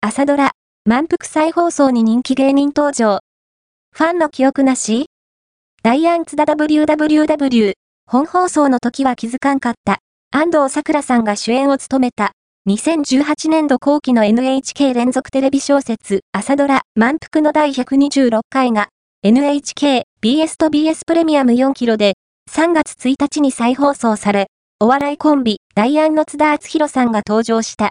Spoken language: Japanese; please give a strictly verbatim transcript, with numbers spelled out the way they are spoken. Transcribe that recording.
朝ドラ、満腹再放送に人気芸人登場。ファンの記憶なし？ダイアン津田 ダブリューダブリューダブリュー。本放送の時は気づかんかった。安藤サクラさんが主演を務めた、にせんじゅうはちねんど後期の エヌエイチケー 連続テレビ小説、朝ドラ、満腹のだいひゃくにじゅうろっかいが、エヌエイチケー、ビーエス と ビーエス プレミアムよんキロで、さんがつついたちに再放送され、お笑いコンビ、ダイアンの津田篤宏さんが登場した。